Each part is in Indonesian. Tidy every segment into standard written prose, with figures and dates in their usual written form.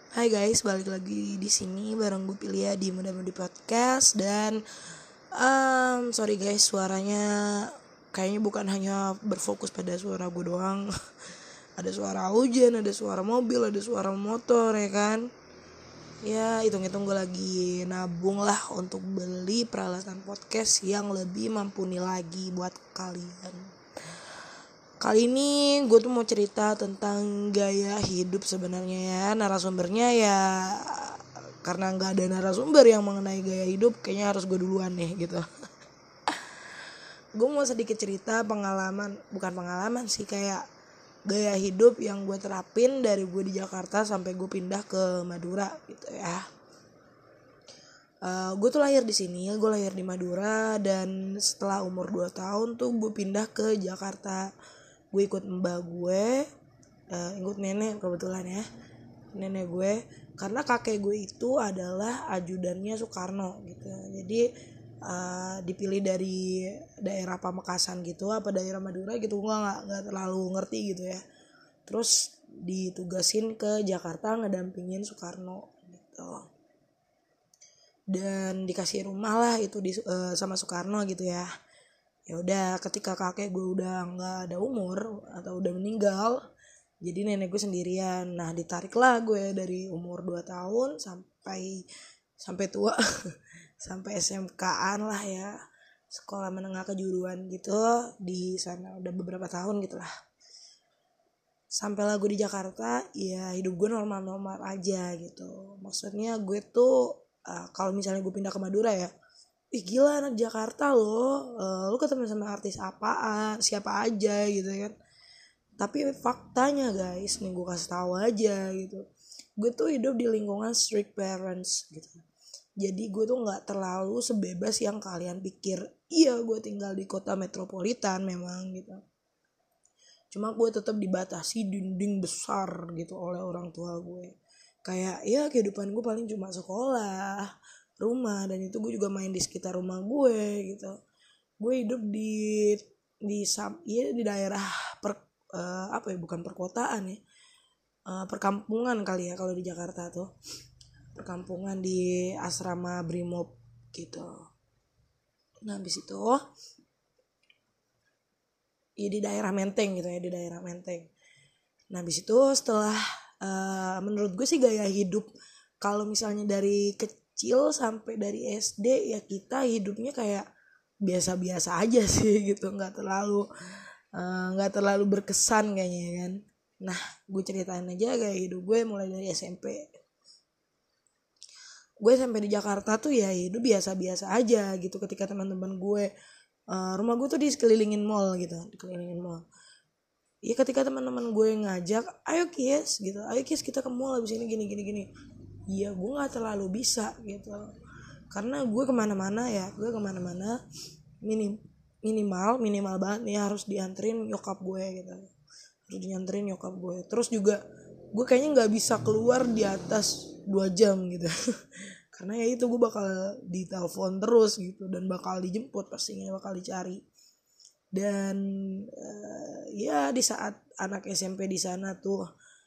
Hai guys, balik lagi di sini bareng gue Pilia di Muda Mudi Podcast. Dan sorry guys, suaranya kayaknya bukan hanya berfokus pada suara gue doang. Ada suara hujan, ada suara mobil, ada suara motor, ya kan. Ya hitung-hitung gue lagi nabung lah untuk beli peralatan podcast yang lebih mumpuni lagi buat kalian. Kali ini gue tuh mau cerita tentang gaya hidup sebenarnya ya. Narasumbernya ya, karena gak ada narasumber yang mengenai gaya hidup, kayaknya harus gue duluan nih gitu. Gue mau sedikit cerita pengalaman, bukan pengalaman sih, kayak gaya hidup yang gue terapin dari gue di Jakarta sampai gue pindah ke Madura gitu ya. Gue tuh lahir di sini, gue lahir di Madura, dan setelah umur 2 tahun tuh gue pindah ke Jakarta. Gue ikut mbak gue, ikut nenek kebetulan ya, nenek gue, karena kakek gue itu adalah ajudannya Soekarno gitu. Jadi dipilih dari daerah Pamekasan gitu, apa daerah Madura gitu, gue nggak terlalu ngerti gitu ya. Terus ditugasin ke Jakarta ngedampingin Soekarno gitu, dan dikasih rumah lah itu sama Soekarno gitu ya. Ya udah, ketika kakek gue udah nggak ada umur atau udah meninggal, jadi nenek gue sendirian. Nah ditariklah gue dari umur 2 tahun sampai tua sampai SMK-an lah ya, sekolah menengah kejuruan gitu. Di sana udah beberapa tahun gitu lah. Sampailah gue di Jakarta, ya hidup gue normal-normal aja gitu. Maksudnya gue tuh kalau misalnya gue pindah ke Madura ya, ih gila anak Jakarta loh, lu ketemu sama artis apaan, siapa aja gitu kan. Tapi faktanya guys, nih gue kasih tahu aja gitu, gue tuh hidup di lingkungan strict parents gitu. Jadi gue tuh nggak terlalu sebebas yang kalian pikir. Iya, gue tinggal di kota metropolitan memang gitu, cuma gue tetap dibatasi dinding besar gitu oleh orang tua gue. Kayak ya kehidupan gue paling cuma sekolah, rumah, dan itu gue juga main di sekitar rumah gue gitu. Gue hidup di daerah apa ya, bukan perkotaan ya, perkampungan kali ya kalau di Jakarta tuh, perkampungan di asrama Brimob gitu. Nah habis itu ya di daerah Menteng gitu ya, di daerah Menteng. Nah habis itu setelah menurut gue sih gaya hidup kalau misalnya dari kecil sampai dari SD ya, kita hidupnya kayak biasa-biasa aja sih gitu, nggak terlalu berkesan kayaknya kan. Nah gue ceritain aja gaya hidup gue mulai dari SMP. Gue sampai di Jakarta tuh ya hidup biasa-biasa aja gitu. Ketika teman-teman gue, rumah gue tuh dikelilingin mall gitu, dikelilingin mall. Ya ketika teman-teman gue ngajak, ayo Kies gitu, ayo Kies kita ke mall abis ini gini. Iya gue nggak terlalu bisa gitu, karena gue kemana-mana minimal banget nih harus dianterin nyokap gue gitu, harus dianterin nyokap gue. Terus juga gue kayaknya nggak bisa keluar di atas 2 jam gitu karena ya itu gue bakal ditelepon terus gitu, dan bakal dijemput, pastinya bakal dicari. Dan ya di saat anak SMP di sana tuh,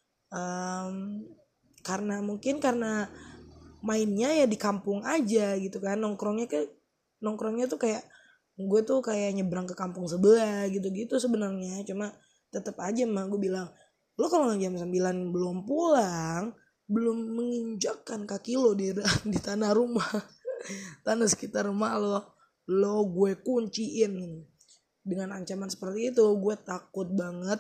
karena mainnya ya di kampung aja gitu kan, nongkrongnya tuh kayak gue tuh kayak nyebrang ke kampung sebelah gitu-gitu sebenarnya. Cuma tetap aja mah gue bilang, lo kalau jam 9 belum pulang, belum menginjakkan kaki lo di tanah rumah, tanah sekitar rumah lo gue kunciin. Dengan ancaman seperti itu gue takut banget,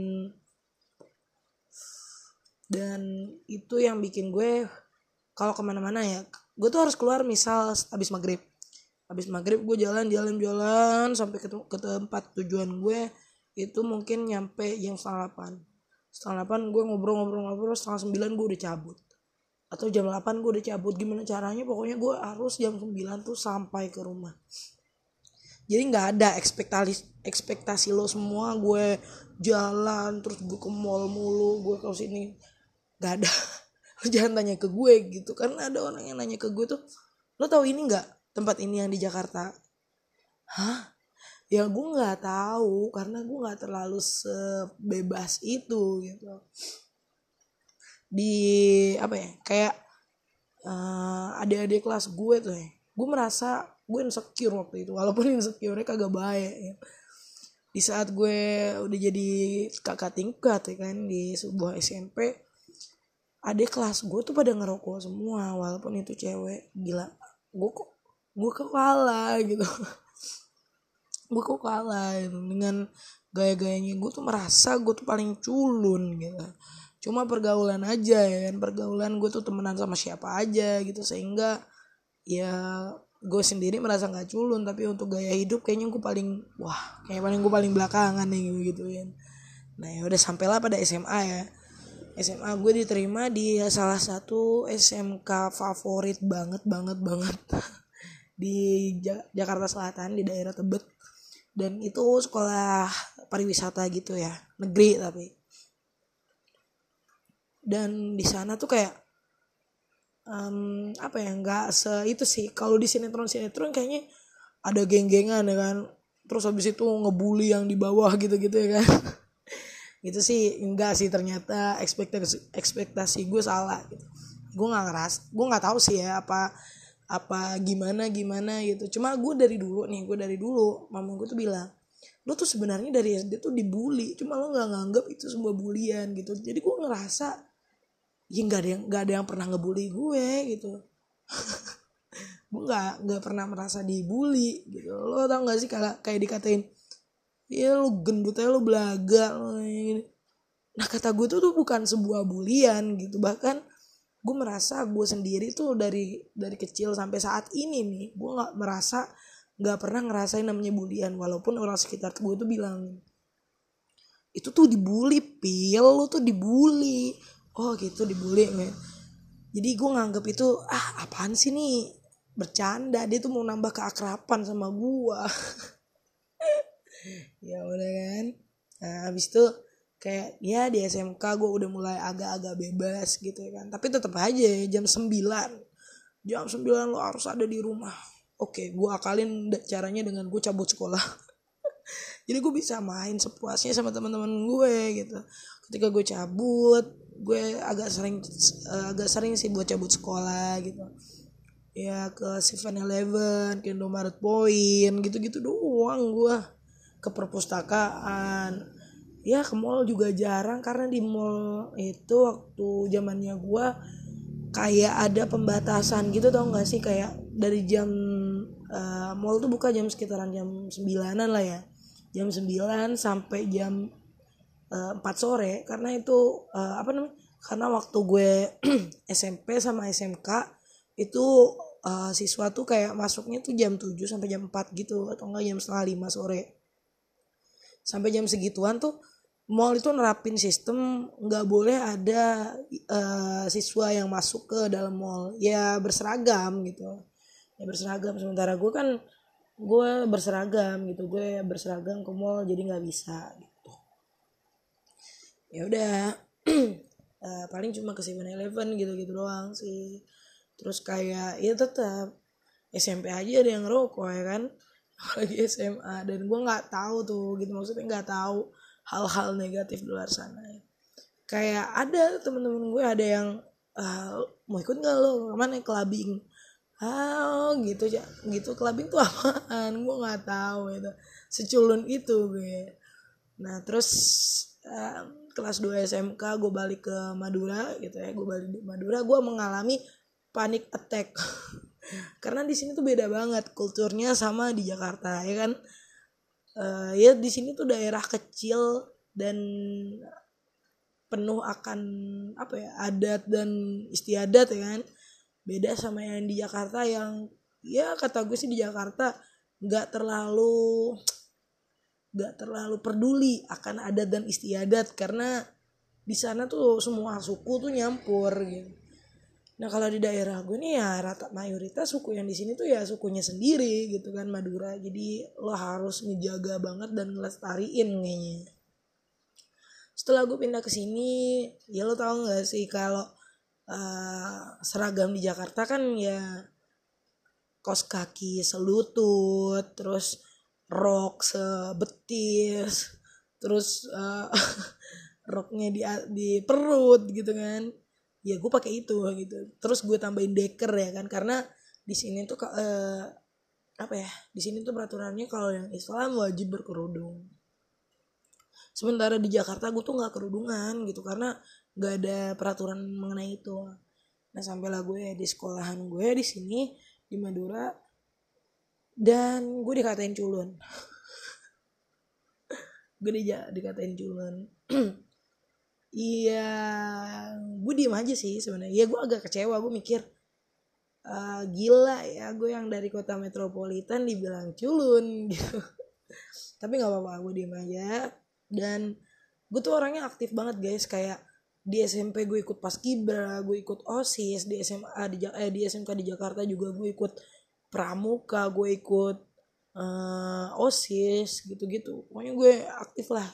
dan itu yang bikin gue kalau kemana-mana ya, gue tuh harus keluar misal habis maghrib gue jalan sampai ke tempat tujuan gue. Itu mungkin nyampe jam setengah 8 gue ngobrol, setengah 9 gue udah cabut, atau jam 8 gue udah cabut. Gimana caranya, pokoknya gue harus jam 9 tuh sampai ke rumah. Jadi nggak ada ekspektasi lo semua gue jalan terus gue ke mall mulu, gue ke sini, nggak ada. Lo jangan tanya ke gue gitu, kan ada orang yang nanya ke gue tuh, lo tahu ini nggak, tempat ini yang di Jakarta. Hah? Ya gue nggak tahu, karena gue nggak terlalu sebebas itu gitu. di apa ya, kayak adik-adik kelas gue tuh ya, gue merasa gue insecure waktu itu, walaupun insecure-nya kagak baik ya. Di saat gue udah jadi kakak tingkat ya kan di sebuah SMP, adik kelas gue tuh pada ngerokok semua walaupun itu cewek. Gila, gue kok kalah gitu. Gue kok kalah gitu. Dengan gaya-gayanya gue tuh merasa gue tuh paling culun gitu. Cuma pergaulan aja ya kan, pergaulan gue tuh temenan sama siapa aja gitu, sehingga ya gue sendiri merasa nggak culun, tapi untuk gaya hidup kayaknya gue paling gue paling belakangan nih gitu kan. Nah ya udah, sampailah pada SMA ya. SMA gue diterima di salah satu SMK favorit banget di Jakarta Selatan, di daerah Tebet. Dan itu sekolah pariwisata gitu ya, negeri tapi. Dan di sana tuh kayak apa ya, nggak itu sih. Kalau di sinetron kayaknya ada geng-gengan ya kan, terus habis itu ngebully yang di bawah gitu ya kan. Gitu sih. Enggak sih, ternyata ekspektasi gue salah gitu. Gue nggak tahu sih ya apa gimana gitu. Cuma gue dari dulu mama gue tuh bilang, lo tuh sebenarnya dari SD tuh dibully, cuma lo nggak nganggap itu sebuah bulian gitu. Jadi gue ngerasa ya nggak ada yang pernah ngebully gue gitu. Gue nggak pernah merasa dibully gitu. Lo tau nggak sih kayak dikatain, ya lo gendut aja, lo belaga lo ini. Nah kata gue tuh bukan sebuah bulian gitu. Bahkan gue merasa gue sendiri tuh dari kecil sampai saat ini nih, gue nggak pernah ngerasain namanya bulian. Walaupun orang sekitar gue tuh bilang, itu tuh dibully, Pil, lo tuh dibully. Oh gitu, dibully nggak? Jadi gue nganggep itu apaan sih nih, bercanda, dia tuh mau nambah keakraban sama gue. Ya udah kan. Nah habis itu kayak ya di SMK gue udah mulai agak-agak bebas gitu ya kan. Tapi tetap aja jam 9 lo harus ada di rumah. Oke, gue akalin caranya dengan gue cabut sekolah. Jadi gue bisa main sepuasnya sama teman-teman gue gitu. Ketika gue cabut, gue agak sering sih buat cabut sekolah gitu. Ya ke 7-Eleven, ke Indomaret Point, gitu-gitu doang gue. Ke perpustakaan. Ya ke mall juga jarang, karena di mall itu waktu zamannya gue kayak ada pembatasan gitu, tau gak sih, kayak dari jam mall tuh buka jam sekitaran jam 9-an lah ya, jam 9 sampai jam 4 sore, karena itu karena waktu gue SMP sama SMK itu siswa tuh kayak masuknya tuh jam 7 sampai jam 4 gitu, atau enggak jam setengah 5 sore. Sampai jam segituan tuh mall itu nerapin sistem nggak boleh ada siswa yang masuk ke dalam mall, ya berseragam gitu. Ya berseragam, sementara gue berseragam gitu, gue berseragam ke mall, jadi nggak bisa gitu. Ya udah. Paling cuma ke 7-Eleven gitu doang sih. Terus kayak ya tetap SMP aja ada yang ngerokok ya kan, apalagi SMA. Dan gue nggak tahu tuh gitu, maksudnya nggak tahu hal-hal negatif di luar sana. Kayak ada temen-temen gue ada yang mau ikut nggak lo kemana, clubbing. Gitu clubbing tuh apaan, gue nggak tahu itu, seculun itu gue. Nah terus kelas 2 SMK gue balik ke Madura gitu ya, gue mengalami panic attack. Karena di sini tuh beda banget kulturnya sama di Jakarta ya kan. Ya di sini tuh daerah kecil dan penuh akan adat dan istiadat ya kan. Beda sama yang di Jakarta, yang ya kata gue sih di Jakarta nggak terlalu peduli akan adat dan istiadat, karena di sana tuh semua suku tuh nyampur gitu. Nah kalau di daerah gue nih ya rata mayoritas suku yang di sini tuh ya sukunya sendiri gitu kan, Madura. Jadi lo harus ngejaga banget dan ngelestariin kayaknya. Setelah gue pindah ke sini, ya lo tau nggak sih kalau seragam di Jakarta kan ya kaos kaki selutut, terus rok sebetis, terus roknya di perut gitu kan. ya gue pakai itu gitu. Terus gue tambahin deker ya kan, karena di sini tuh di sini tuh peraturannya kalau yang Islam wajib berkerudung. Sementara di Jakarta gue tuh nggak kerudungan gitu karena nggak ada peraturan mengenai itu. Nah sampailah gue di sekolahan gue di sini di Madura dan gue dikatain culun. Gue dikatain culun. Iya, gue diem aja sih sebenarnya. Ya gue agak kecewa, gue mikir gila ya gue yang dari kota metropolitan dibilang culun gitu. Tapi nggak apa-apa, gue diem aja. Dan gue tuh orangnya aktif banget guys, kayak di SMP gue ikut paskibra, gue ikut OSIS, di SMA di SMK di Jakarta juga gue ikut pramuka, gue ikut OSIS gitu-gitu. Pokoknya gue aktif lah.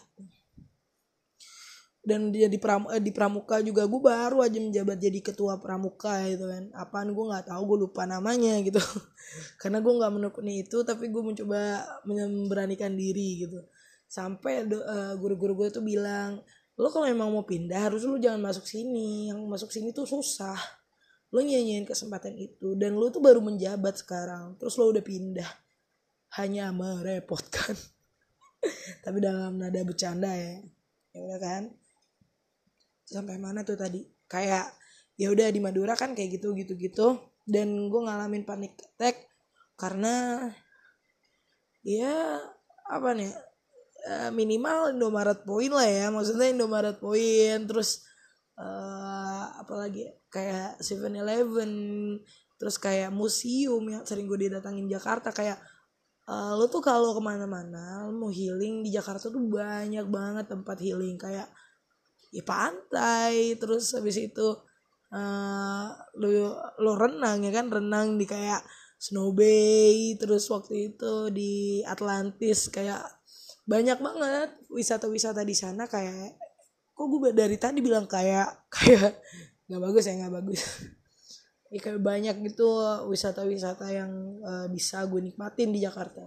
Dan di pramuka juga gue baru aja menjabat jadi ketua pramuka gitu kan. Apaan gue nggak tahu, gue lupa namanya gitu. Karena gue nggak menekuni itu, tapi gue mencoba memberanikan diri gitu. Sampai guru-guru gue tuh bilang, lo kalau emang mau pindah harus lo jangan masuk sini, yang masuk sini tuh susah, lo nyanyiin kesempatan itu, dan lo tuh baru menjabat sekarang terus lo udah pindah, hanya merepotkan. Tapi dalam nada bercanda ya udah kan. Sampai mana tuh tadi, kayak ya udah di Madura kan kayak gitu, dan gue ngalamin panic attack karena ya apa nih, minimal Indomaret Point lah ya, maksudnya Indomaret Point, terus apalagi kayak 7-Eleven, terus kayak museum yang sering gue didatangin Jakarta. Kayak lo tuh kalau kemana-mana lo mau healing di Jakarta tuh banyak banget tempat healing, kayak ya pantai, terus habis itu lo renang ya kan, renang di kayak Snow Bay, terus waktu itu di Atlantis, kayak banyak banget wisata-wisata di sana. Kayak kok gue dari tadi bilang kayak nggak bagus ya, nggak bagus. Ya, kayak banyak gitu wisata-wisata yang bisa gue nikmatin di Jakarta.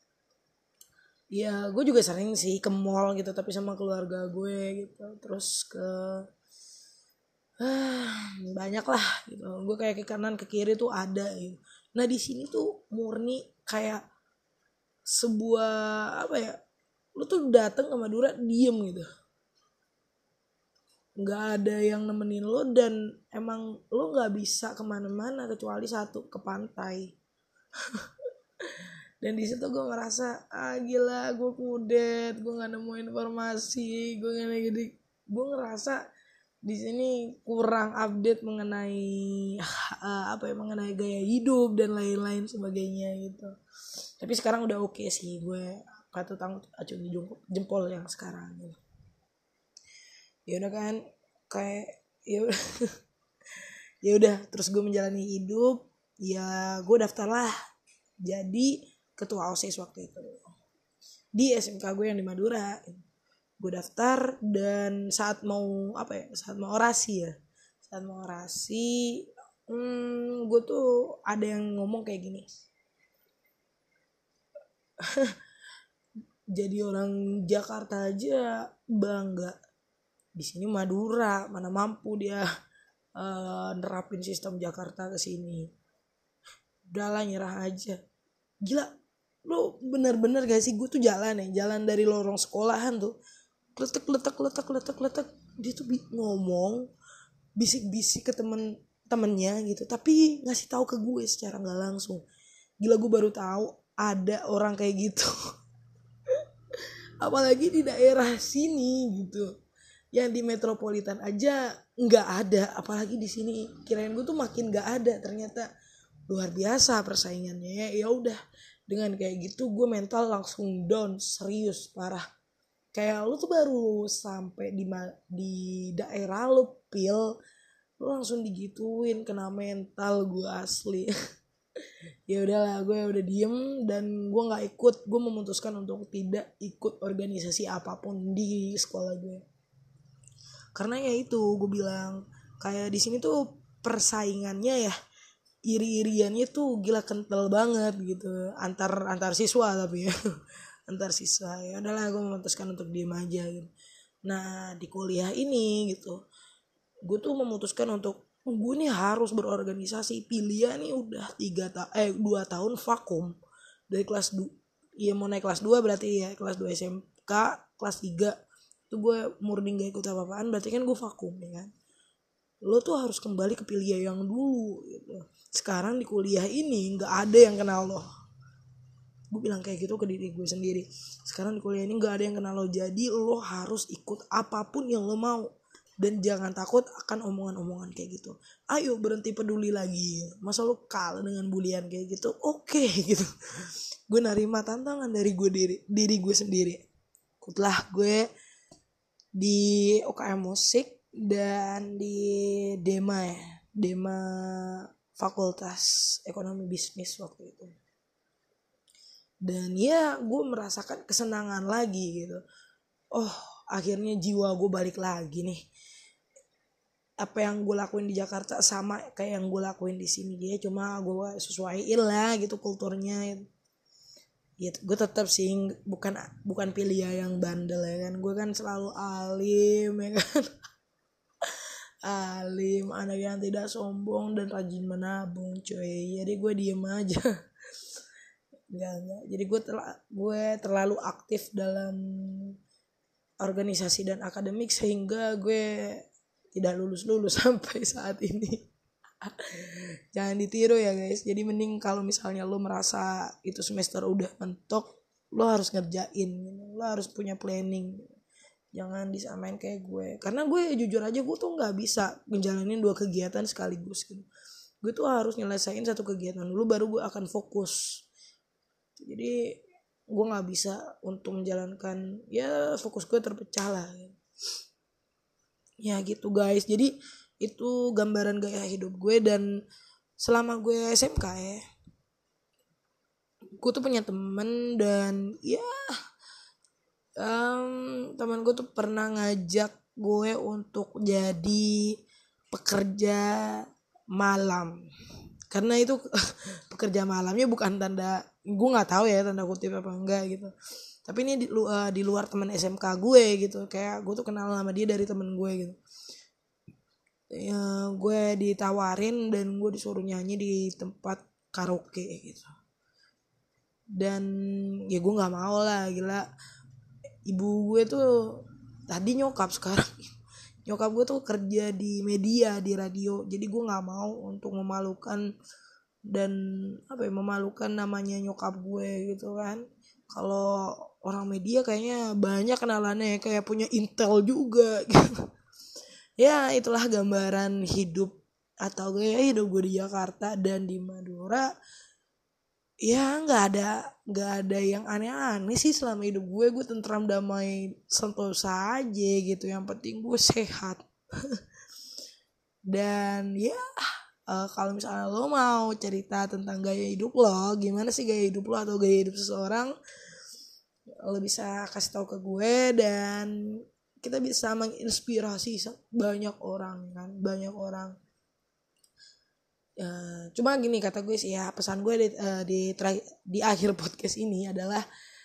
Ya gue juga sering sih ke mall gitu, tapi sama keluarga gue gitu, terus ke banyak lah gitu. Gue kayak ke kanan ke kiri tuh ada gitu. Nah di sini tuh murni kayak sebuah apa ya, lu tuh dateng ke Madura diem gitu, nggak ada yang nemenin lo, dan emang lo nggak bisa kemana-mana kecuali satu, ke pantai. Dan di situ gue ngerasa gila, gue kudet, gue nggak nemu informasi, gue ngerasa di sini kurang update mengenai mengenai gaya hidup dan lain-lain sebagainya gitu. Tapi sekarang udah oke sih, gue patut acungi jempol yang sekarang gitu. Ya udah kan, kayak ya udah terus gue menjalani hidup. Ya gue daftar lah jadi ketua OSIS waktu itu di SMK gue yang di Madura. Gue daftar, dan saat mau orasi gue tuh ada yang ngomong kayak gini, jadi orang Jakarta aja bangga, di sini Madura mana mampu dia nerapin sistem Jakarta ke sini. Udahlah nyerah aja. Gila, lo bener-bener gak sih, gue tuh jalan dari lorong sekolahan tuh letek, dia tuh ngomong bisik-bisik ke temennya gitu, tapi ngasih tahu ke gue secara nggak langsung. Gila, gue baru tahu ada orang kayak gitu. Apalagi di daerah sini gitu, yang di metropolitan aja nggak ada, apalagi di sini. Kirain gue tuh makin nggak ada, ternyata luar biasa persaingannya. Ya udah, dengan kayak gitu gue mental langsung down, serius parah. Kayak lu tuh baru sampai di daerah lu lu langsung digituin, kena mental gue asli. Ya udahlah, gue udah diem dan gue nggak ikut. Gue memutuskan untuk tidak ikut organisasi apapun di sekolah gue, karena ya itu gue bilang, kayak di sini tuh persaingannya ya, iri-iriannya tuh gila kental banget gitu, antar siswa tapi ya. Antar siswa. Ya udahlah, gue memutuskan untuk diem aja gitu. Nah di kuliah ini gitu, gue tuh memutuskan untuk gue nih harus berorganisasi. Pilihan nih udah 2 tahun vakum dari kelas 2, iya mau naik kelas 2 berarti ya, kelas 2 SMK, kelas 3 itu gue murni gak ikut apa-apaan, berarti kan gue vakum ya kan. Lo tuh harus kembali ke pilihan yang dulu gitu. Sekarang di kuliah ini gak ada yang kenal lo. Gue bilang kayak gitu ke diri gue sendiri. Sekarang di kuliah ini gak ada yang kenal lo, jadi lo harus ikut apapun yang lo mau. Dan jangan takut akan omongan-omongan kayak gitu. Ayo berhenti peduli lagi. Masa lo kalah dengan bulian kayak gitu? Oke gitu. Gue nerima tantangan dari diri gue sendiri. Ikutlah gue di UKM musik dan di Dema Fakultas Ekonomi Bisnis waktu itu. Dan ya gue merasakan kesenangan lagi gitu. Oh akhirnya jiwa gue balik lagi nih. Apa yang gue lakuin di Jakarta sama kayak yang gue lakuin di sini, dia cuma gue sesuaiin lah gitu kulturnya. Ya gue tetap sih bukan pilihan yang bandel ya kan. Gue kan selalu alim ya kan. Alim, anak yang tidak sombong dan rajin menabung coy. Jadi gue diem aja. Enggak. Jadi gue terlalu aktif dalam organisasi dan akademik sehingga gue tidak lulus sampai saat ini. Jangan ditiru ya guys. Jadi mending kalau misalnya lo merasa itu semester udah mentok, lo harus ngerjain, lo harus punya planning. Jangan disamain kayak gue. Karena gue jujur aja gue tuh nggak bisa ngejalanin 2 kegiatan sekaligus gitu. Gue tuh harus nyelesain 1 kegiatan dulu baru gue akan fokus. Jadi gue nggak bisa untuk menjalankan, ya fokus gue terpecah lah. Ya gitu guys. Jadi itu gambaran gaya hidup gue. Dan selama gue SMK ya, gue tuh punya temen. Dan ya teman gue tuh pernah ngajak gue untuk jadi pekerja malam. Karena itu pekerja malamnya bukan tanda, gue nggak tahu ya tanda kutip apa enggak gitu. Tapi ini di luar teman SMK gue gitu. Kayak gue tuh kenal sama dia dari temen gue gitu. Ya, gue ditawarin dan gue disuruh nyanyi di tempat karaoke gitu. Dan ya gue nggak mau lah, gila. Ibu gue tuh tadi nyokap, sekarang nyokap gue tuh kerja di media, di radio. Jadi gue nggak mau untuk memalukan dan memalukan namanya nyokap gue gitu kan. Kalau orang media kayaknya banyak kenalannya, kayak punya intel juga gitu. Ya itulah gambaran hidup atau gaya hidup gue di Jakarta dan di Madura. Ya nggak ada yang aneh-aneh sih selama hidup gue tentram, damai, sentosa aja gitu. Yang penting gue sehat. Dan ya kalau misalnya lo mau cerita tentang gaya hidup lo, gimana sih gaya hidup lo atau gaya hidup seseorang, lo bisa kasih tahu ke gue dan kita bisa menginspirasi banyak orang kan, banyak orang. Cuma gini kata gue sih ya, pesan gue di akhir podcast ini adalah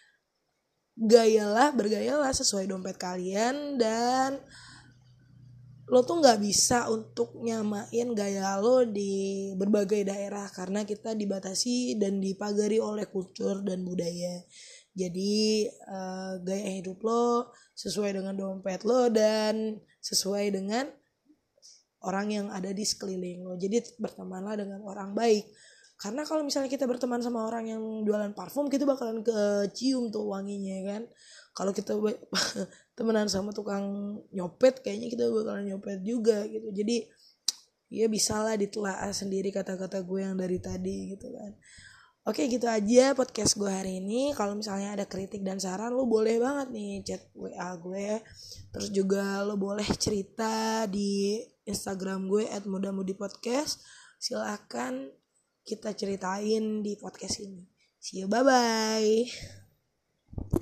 bergayalah sesuai dompet kalian. Dan lo tuh nggak bisa untuk nyamain gaya lo di berbagai daerah karena kita dibatasi dan dipagari oleh kultur dan budaya. Jadi gaya hidup lo sesuai dengan dompet lo dan sesuai dengan orang yang ada di sekeliling lo. Jadi bertemanlah dengan orang baik. Karena kalau misalnya kita berteman sama orang yang jualan parfum, kita bakalan kecium tuh wanginya kan. Kalau kita temenan sama tukang nyopet, kayaknya kita bakalan nyopet juga gitu. Jadi ya bisalah ditelaah sendiri kata-kata gue yang dari tadi gitu kan. Oke gitu aja podcast gue hari ini. Kalau misalnya ada kritik dan saran, lo boleh banget nih chat WA gue. Terus juga lo boleh cerita di Instagram gue @mudamudipodcast. Silakan kita ceritain di podcast ini. See you, bye-bye.